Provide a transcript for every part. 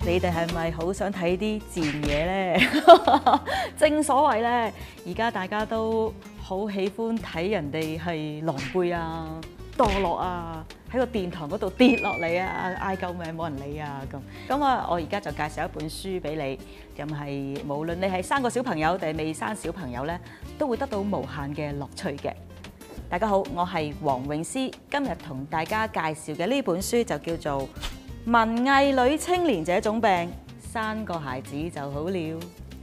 你哋係咪好想睇啲自然嘢呢？正所謂呢，而家大家都好喜歡睇人哋係狼狽啊、墮落啊，喺個殿堂嗰度跌落嚟啊，嗌救命冇人理啊咁啊！我而家就介紹一本書俾你，咁係無論你係生個小朋友定係未生小朋友呢，都會得到無限嘅樂趣嘅。大家好，我係黃詠詩，今日同大家介紹嘅呢本書就叫做文藝女青年這種病，生個孩子就好了。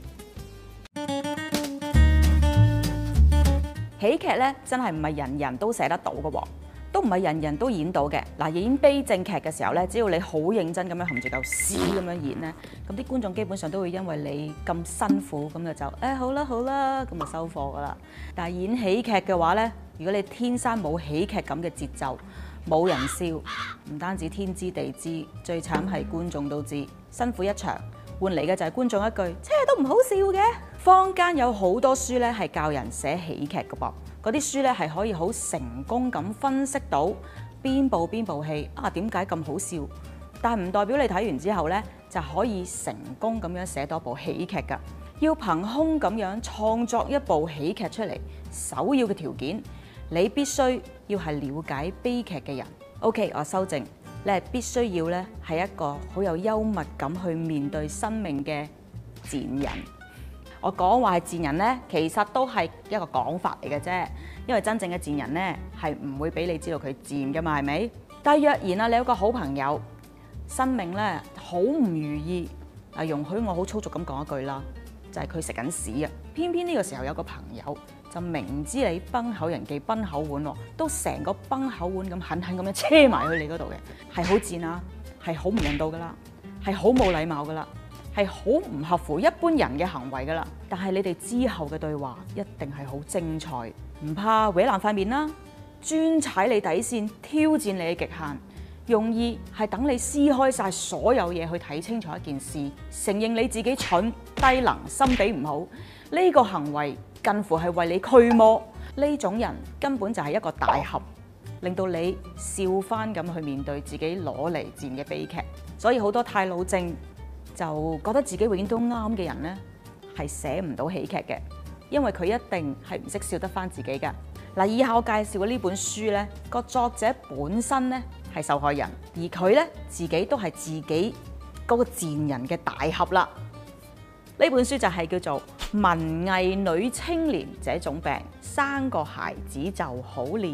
喜劇咧真係唔係人人都寫得到嘅喎，都唔係人人都演到嘅。嗱，演悲症劇嘅時候咧，只要你好認真咁樣含住嚿屎咁樣演咧，咁啲觀眾基本上都會因為你咁辛苦咁就好啦好啦，咁就收貨噶啦。但係演喜劇嘅話咧，如果你天生冇喜劇咁嘅節奏，冇人笑，唔單止天知地知，最慘係觀眾都知，辛苦一場，換嚟嘅就係觀眾一句，都唔好笑嘅。坊間有好多書咧係教人寫喜劇嘅噃，嗰啲書咧係可以好成功咁分析到邊部戲點解咁好笑，但係唔代表你睇完之後咧就可以成功咁樣寫多部喜劇㗎。要憑空咁樣創作一部喜劇出嚟，首要嘅條件，你必須要係了解悲劇嘅人。OK， 我修正，你係必須要咧係一個好有幽默感去面對生命嘅賤人。我講話係賤人咧，其實都係一個講法嚟嘅啫，因為真正嘅賤人咧係唔會俾你知道佢賤㗎嘛，係咪？但係若然啊，你有個好朋友，生命咧好唔如意，容許我好粗俗咁講一句啦，就係佢食緊屎啊！偏偏呢個時候有個朋友就明知你崩口人忌崩口碗喎，都成個崩口碗咁狠狠咁樣車埋去你嗰度嘅，係好賤啊，係好唔人道噶啦，係好冇禮貌噶啦，係好唔合乎一般人嘅行為噶啦。但係你哋之後嘅對話一定係好精彩，唔怕搲爛塊面啦，專踩你底線，挑戰你嘅極限，用意係等你撕開晒所有嘢去睇清楚一件事，承認你自己蠢、低能、心地唔好。呢個行為近乎係為你驅魔，呢種人根本就係一個大俠，令到你笑翻咁去面對自己攞嚟賤嘅悲劇。所以好多太老正就覺得自己永遠都啱嘅人呢，係寫唔到喜劇嘅，因為佢一定係唔識笑得翻自己㗎。嗱，以下我介紹嘅呢本書呢，個作者本身呢係受害人，而佢呢自己都係自己嗰個賤人嘅大俠啦。呢本書就係叫做《文藝女青年這種病，生個孩子就好了》。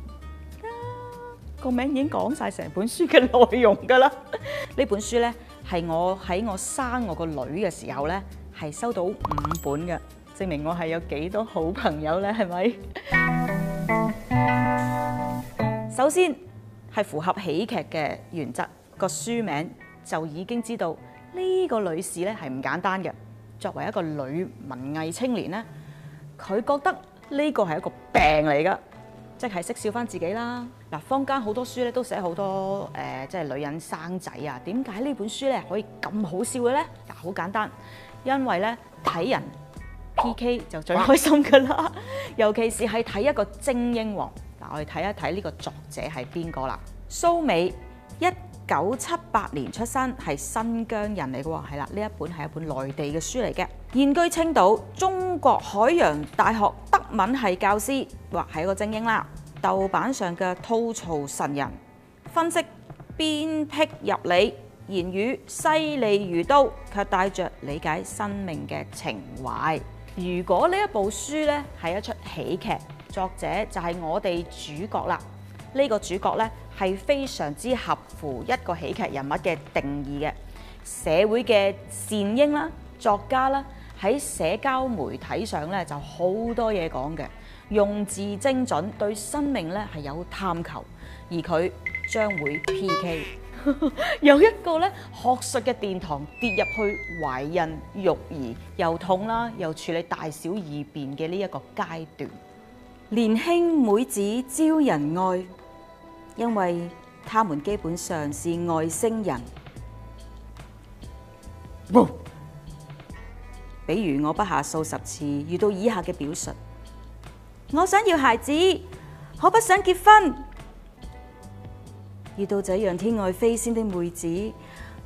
個名已經講晒成本書嘅內容㗎啦。呢本書呢係我喺我生我個女嘅時候呢係收到5本嘅，證明我係有幾多好朋友呢？係咪？首先係符合喜劇嘅原則，個書名就已經知道呢個女士呢係唔簡單嘅。作為一個女文藝青年呢，佢覺得呢個係一個病嚟㗎，即係識笑返自己啦。嗱，坊間好多書咧都寫好多即係女人生仔啊，點解呢本書咧可以咁好笑嘅咧？嗱，好簡單，因為咧睇人 PK 就最開心㗎啦，尤其是係睇一個精英喎。嗱，我哋睇一睇呢個作者係邊個啦？蘇美1978年出生，係新疆人嚟嘅喎，係啦，呢一本係一本內地嘅書嚟嘅。現居青島，中國海洋大學德文系教師，或係一個精英啦。豆瓣上嘅吐槽神人，分析鞭辟入里，言語犀利如刀，卻帶着理解生命嘅情懷。如果呢一部書呢係一出喜劇，作者就係我哋主角啦。呢個主角呢係非常之合乎一個喜劇人物嘅定義嘅，社會嘅善英啦，作家啦，喺社交媒體上呢就好多嘢講嘅，用字精準，對生命呢係有探求，而佢將會 PK 有一個呢學術嘅殿堂跌入去懷孕育兒，又痛啦，又處理大小二便嘅呢一個階段。年輕妹子招人愛，因為他們基本上是外星人。比如我不下數十次遇到以下嘅表述：我想要孩子，我不想結婚。遇到這樣天外飛仙的妹子，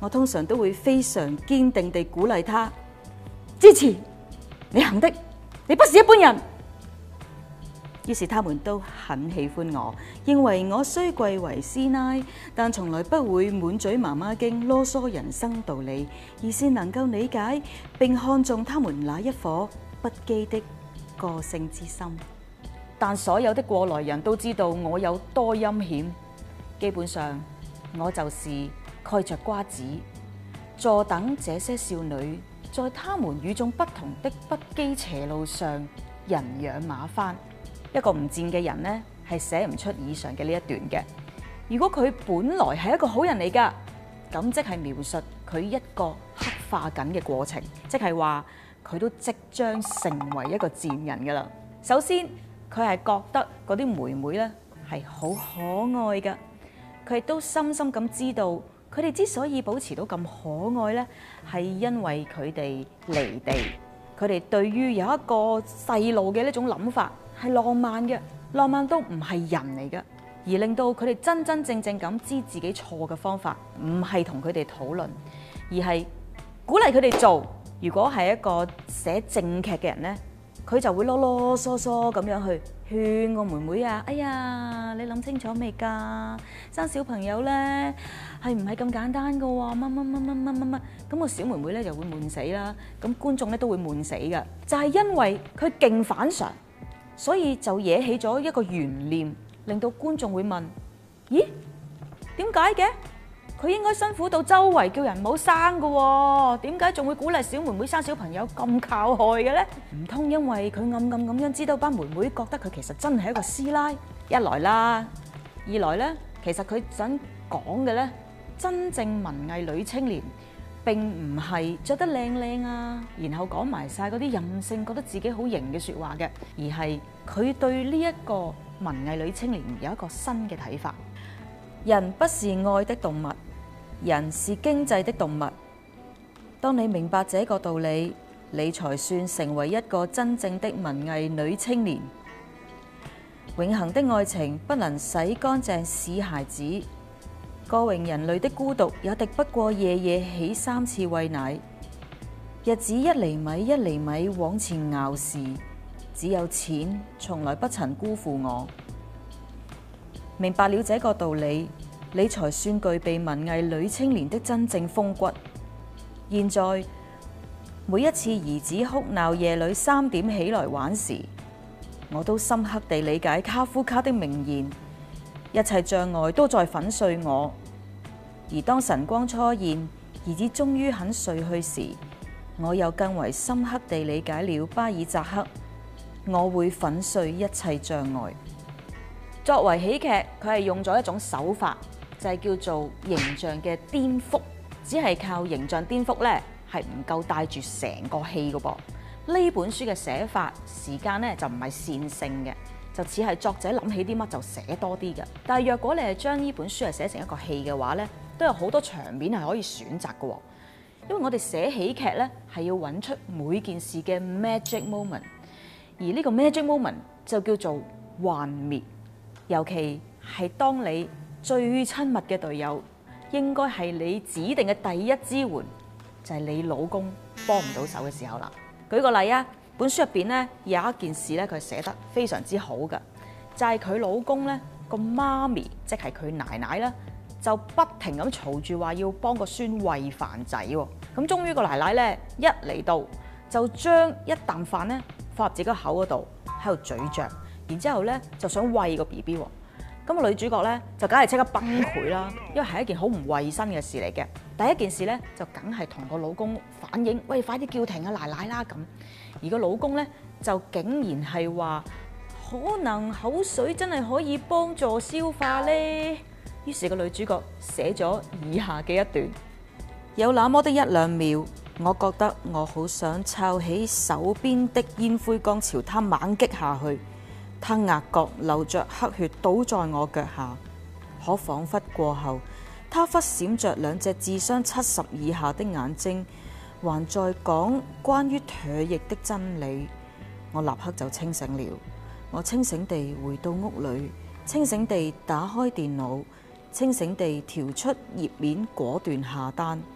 我通常都會非常堅定地鼓勵他，支持你行的，你不是一般人。於是他們都很喜歡我，認為我雖貴為師奶，但從來不會滿嘴媽媽經囉嗦人生道理，而是能夠理解並看重他們那一顆不羈的個性之心。但所有的過來人都知道我有多陰險，基本上我就是蓋着瓜子，坐等這些少女在他們與眾不同的不羈邪路上人仰馬翻。一個唔賤嘅人呢，係寫唔出以上嘅呢一段嘅。如果佢本來係一個好人嚟㗎，咁即係描述佢一個黑化緊嘅過程，即係話佢都即將成為一個賤人㗎啦。首先，佢係覺得嗰啲妹妹呢係好可愛㗎，佢亦都深深咁知道，佢哋之所以保持到咁可愛呢，係因為佢哋離地，佢哋對於有一個細路嘅呢種諗法。係浪漫嘅，浪漫都唔係人嚟嘅，而令到佢哋真真正正咁知自己錯嘅方法，唔係同佢哋討論，而係鼓勵佢哋做。如果係一個寫正劇嘅人呢，佢就會囉囉嗦嗦咁樣去勸個妹妹啊，哎呀，你諗清楚未㗎？生小朋友呢係唔係咁簡單㗎喎？乜，咁個小妹妹呢就會悶死啦，咁觀眾呢都會悶死㗎，就係因為佢勁反常。所以就惹起咗一個懸念，令到觀眾會問：咦，點解嘅？佢應該辛苦到周圍叫人唔好生㗎喎，點解仲會鼓勵小妹妹生小朋友咁靠害嘅呢？唔通因為佢暗暗咁樣知道班妹妹覺得佢其實真係一個師奶？一來啦，二來呢，其實佢想講嘅呢，真正文藝女青年並唔係着得靚靚啊，然後講埋晒嗰啲任性覺得自己好型嘅説話嘅，而係佢對呢一個文藝女青年有一個新嘅睇法。人不是愛的動物，人是經濟的動物。當你明白這個道理，你才算成為一個真正的文藝女青年。永恆的愛情不能洗乾淨屎孩子。歌詠人類的孤獨，也敵不過夜夜起3次餵奶。日子一厘米一厘米往前熬時，只有錢從來不曾辜負我。明白了這個道理，你才算具備文藝女青年的真正風骨。現在每一次兒子哭鬧夜裏3點起來玩時，我都深刻地理解卡夫卡的名言。一切障礙都在粉碎我，而當晨光初現，兒子終於肯睡去時，我又更為深刻地理解了巴爾扎克。我會粉碎一切障礙。作為喜劇，佢係用咗一種手法，就係叫做形象嘅顛覆。只係靠形象顛覆呢，係唔夠帶住成個戲㗎噃。呢本書嘅寫法時間呢，就唔係線性嘅。就似係作者諗起啲乜就寫多啲嘅，但係若果你係將呢本書係寫成一個戲嘅話呢，都有好多場面係可以選擇嘅。因為我哋寫喜劇呢，係要揾出每件事嘅 magic moment， 而呢個 magic moment 就叫做幻滅。尤其係當你最親密嘅隊友，應該係你指定嘅第一支援，就係你老公幫唔到手嘅時候啦。舉個例啊！本書入邊咧有一件事咧，佢寫得非常之好嘅，就係佢老公咧個媽咪，即係佢奶奶啦，就不停咁嘈住話要幫個孫餵飯仔喎。咁終於個奶奶咧一嚟到，就將一啖飯咧放入自己個口嗰度，喺度咀嚼，然之後咧就想餵個 BB 喎。咁個女主角咧就梗係即刻崩潰啦，因為係一件好唔衞生嘅事嚟嘅。第一件事咧就梗係同個老公反映，喂，快啲叫停啊奶奶啦咁。而個老公咧就竟然係話，可能口水真係可以幫助消化呢。於是個女主角寫咗以下嘅一段：有那麼的一兩秒，我覺得我好想抄起手邊的煙灰缸朝他猛擊下去。他額角流着黑血倒在我腳下，可彷彿過後，他忽閃着兩隻智商70以下的眼睛，還在講關於唾液的真理。我立刻就清醒了，我清醒地回到屋裏，清醒地打開電腦，清醒地調出頁面，果斷下單。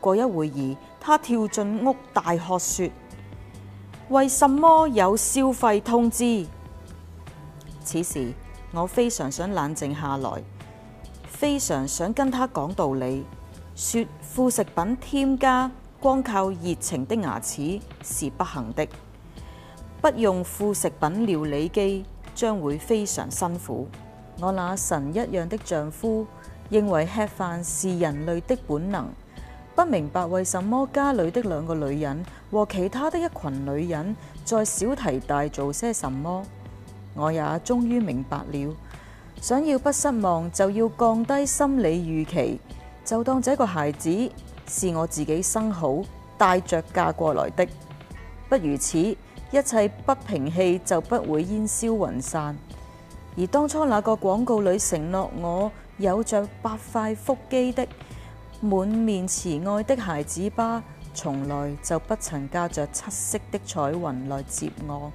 過一會兒，他跳進屋大喝說：為什麼有消費通知？此時我非常想冷靜下來，非常想跟他講道理，說副食品添加光靠熱情的牙齒是不行的，不用副食品料理機將會非常辛苦。我那神一樣的丈夫認為吃飯是人類的本能，不明白為什麼家裏的兩個女人和其他的一群女人在小題大做些什麼。我也終於明白了，想要不失望就要降低心理預期，就當這個孩子是我自己生好帶着嫁過來的，不如此，一切不平氣就不會煙消雲散。而當初那個廣告裏承諾我有着8塊腹肌的滿面慈愛的孩子吧，從來就不曾駕着7色的彩雲來接我。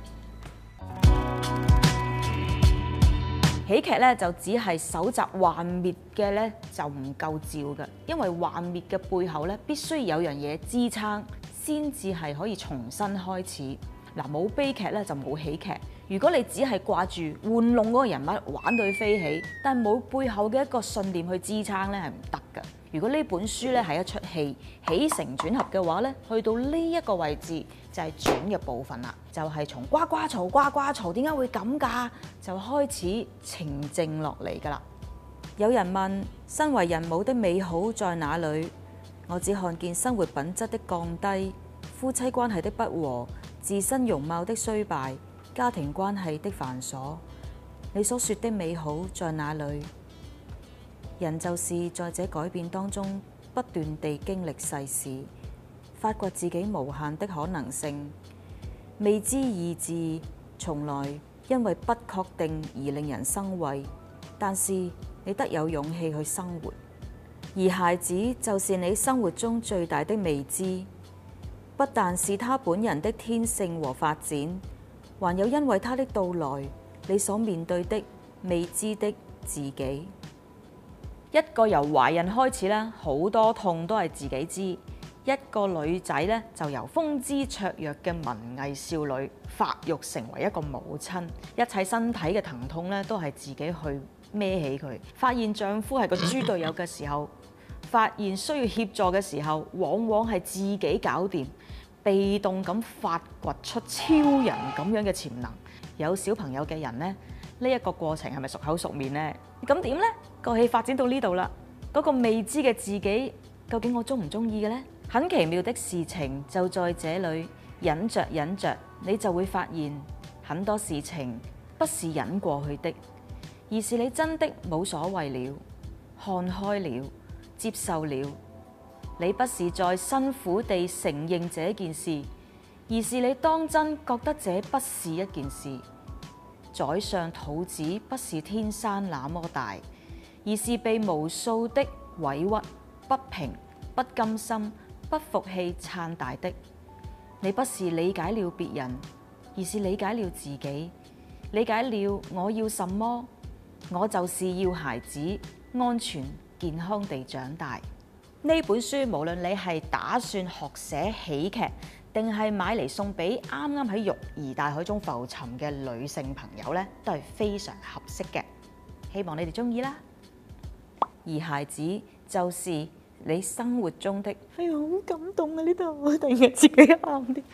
喜劇咧就只係搜集幻滅嘅咧就唔夠照嘅，因為幻滅嘅背後咧必須有樣嘢支撐，先至係可以重新開始。嗱，冇悲劇咧就冇喜劇。如果你只係掛住玩弄嗰個人物玩到佢飛起，但冇背後嘅一個信念去支撐咧係唔得㗎。如果呢本書咧係一出戲起承轉合嘅話咧，去到呢一個位置就係轉嘅部分啦，就係從呱呱嘈呱呱嘈點解會咁㗎，就開始情靜落嚟㗎啦。有人問身為人母的美好在哪裏？我只看見生活品質的降低、夫妻關係的不和、自身容貌的衰敗、家庭關係的繁瑣。你所說的美好在哪裏？人就是在這改變當中不斷地經歷世事，發掘自己無限的可能性。未知二字從來因為不確定而令人生畏，但是你得有勇氣去生活。而孩子就是你生活中最大的未知，不但是他本人的天性和發展，還有因為他的到來，你所面對的未知的自己。一個由懷孕開始咧，好多痛都係自己知；一個女仔咧，就由風姿綽約嘅文藝少女發育成為一個母親，一切身體嘅疼痛咧，都係自己去孭起佢。發現丈夫係個豬隊友嘅時候，發現需要協助嘅時候，往往係自己搞掂，被動咁發掘出超人咁樣嘅潛能。有小朋友嘅人呢，呢一個過程係咪熟口熟面呢？咁點呢？個戲發展到呢度啦，嗰個未知嘅自己，究竟我中唔中意嘅呢？很奇妙的事情就在這裏，忍着忍着，你就會發現很多事情不是忍過去的，而是你真的冇所謂了，看開了，接受了。你不是在辛苦地承認這件事，而是你當真覺得這不是一件事。宰相肚子不是天生那麼大，而是被無數的委屈、不平、不甘心、不服氣撐大的。你不是理解了別人，而是理解了自己，理解了我要什麼。我就是要孩子安全健康地長大。呢本書無論你係打算學寫喜劇，定係買嚟送俾啱啱喺育兒大海中浮沉嘅女性朋友呢，都係非常合適嘅。希望你哋中意啦。而孩子就是你生活中的，哎呀，好感動啊！呢度我突然間自己喊啲。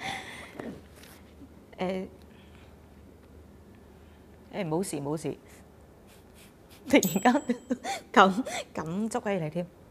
冇事冇事，突然間感觸起嚟添。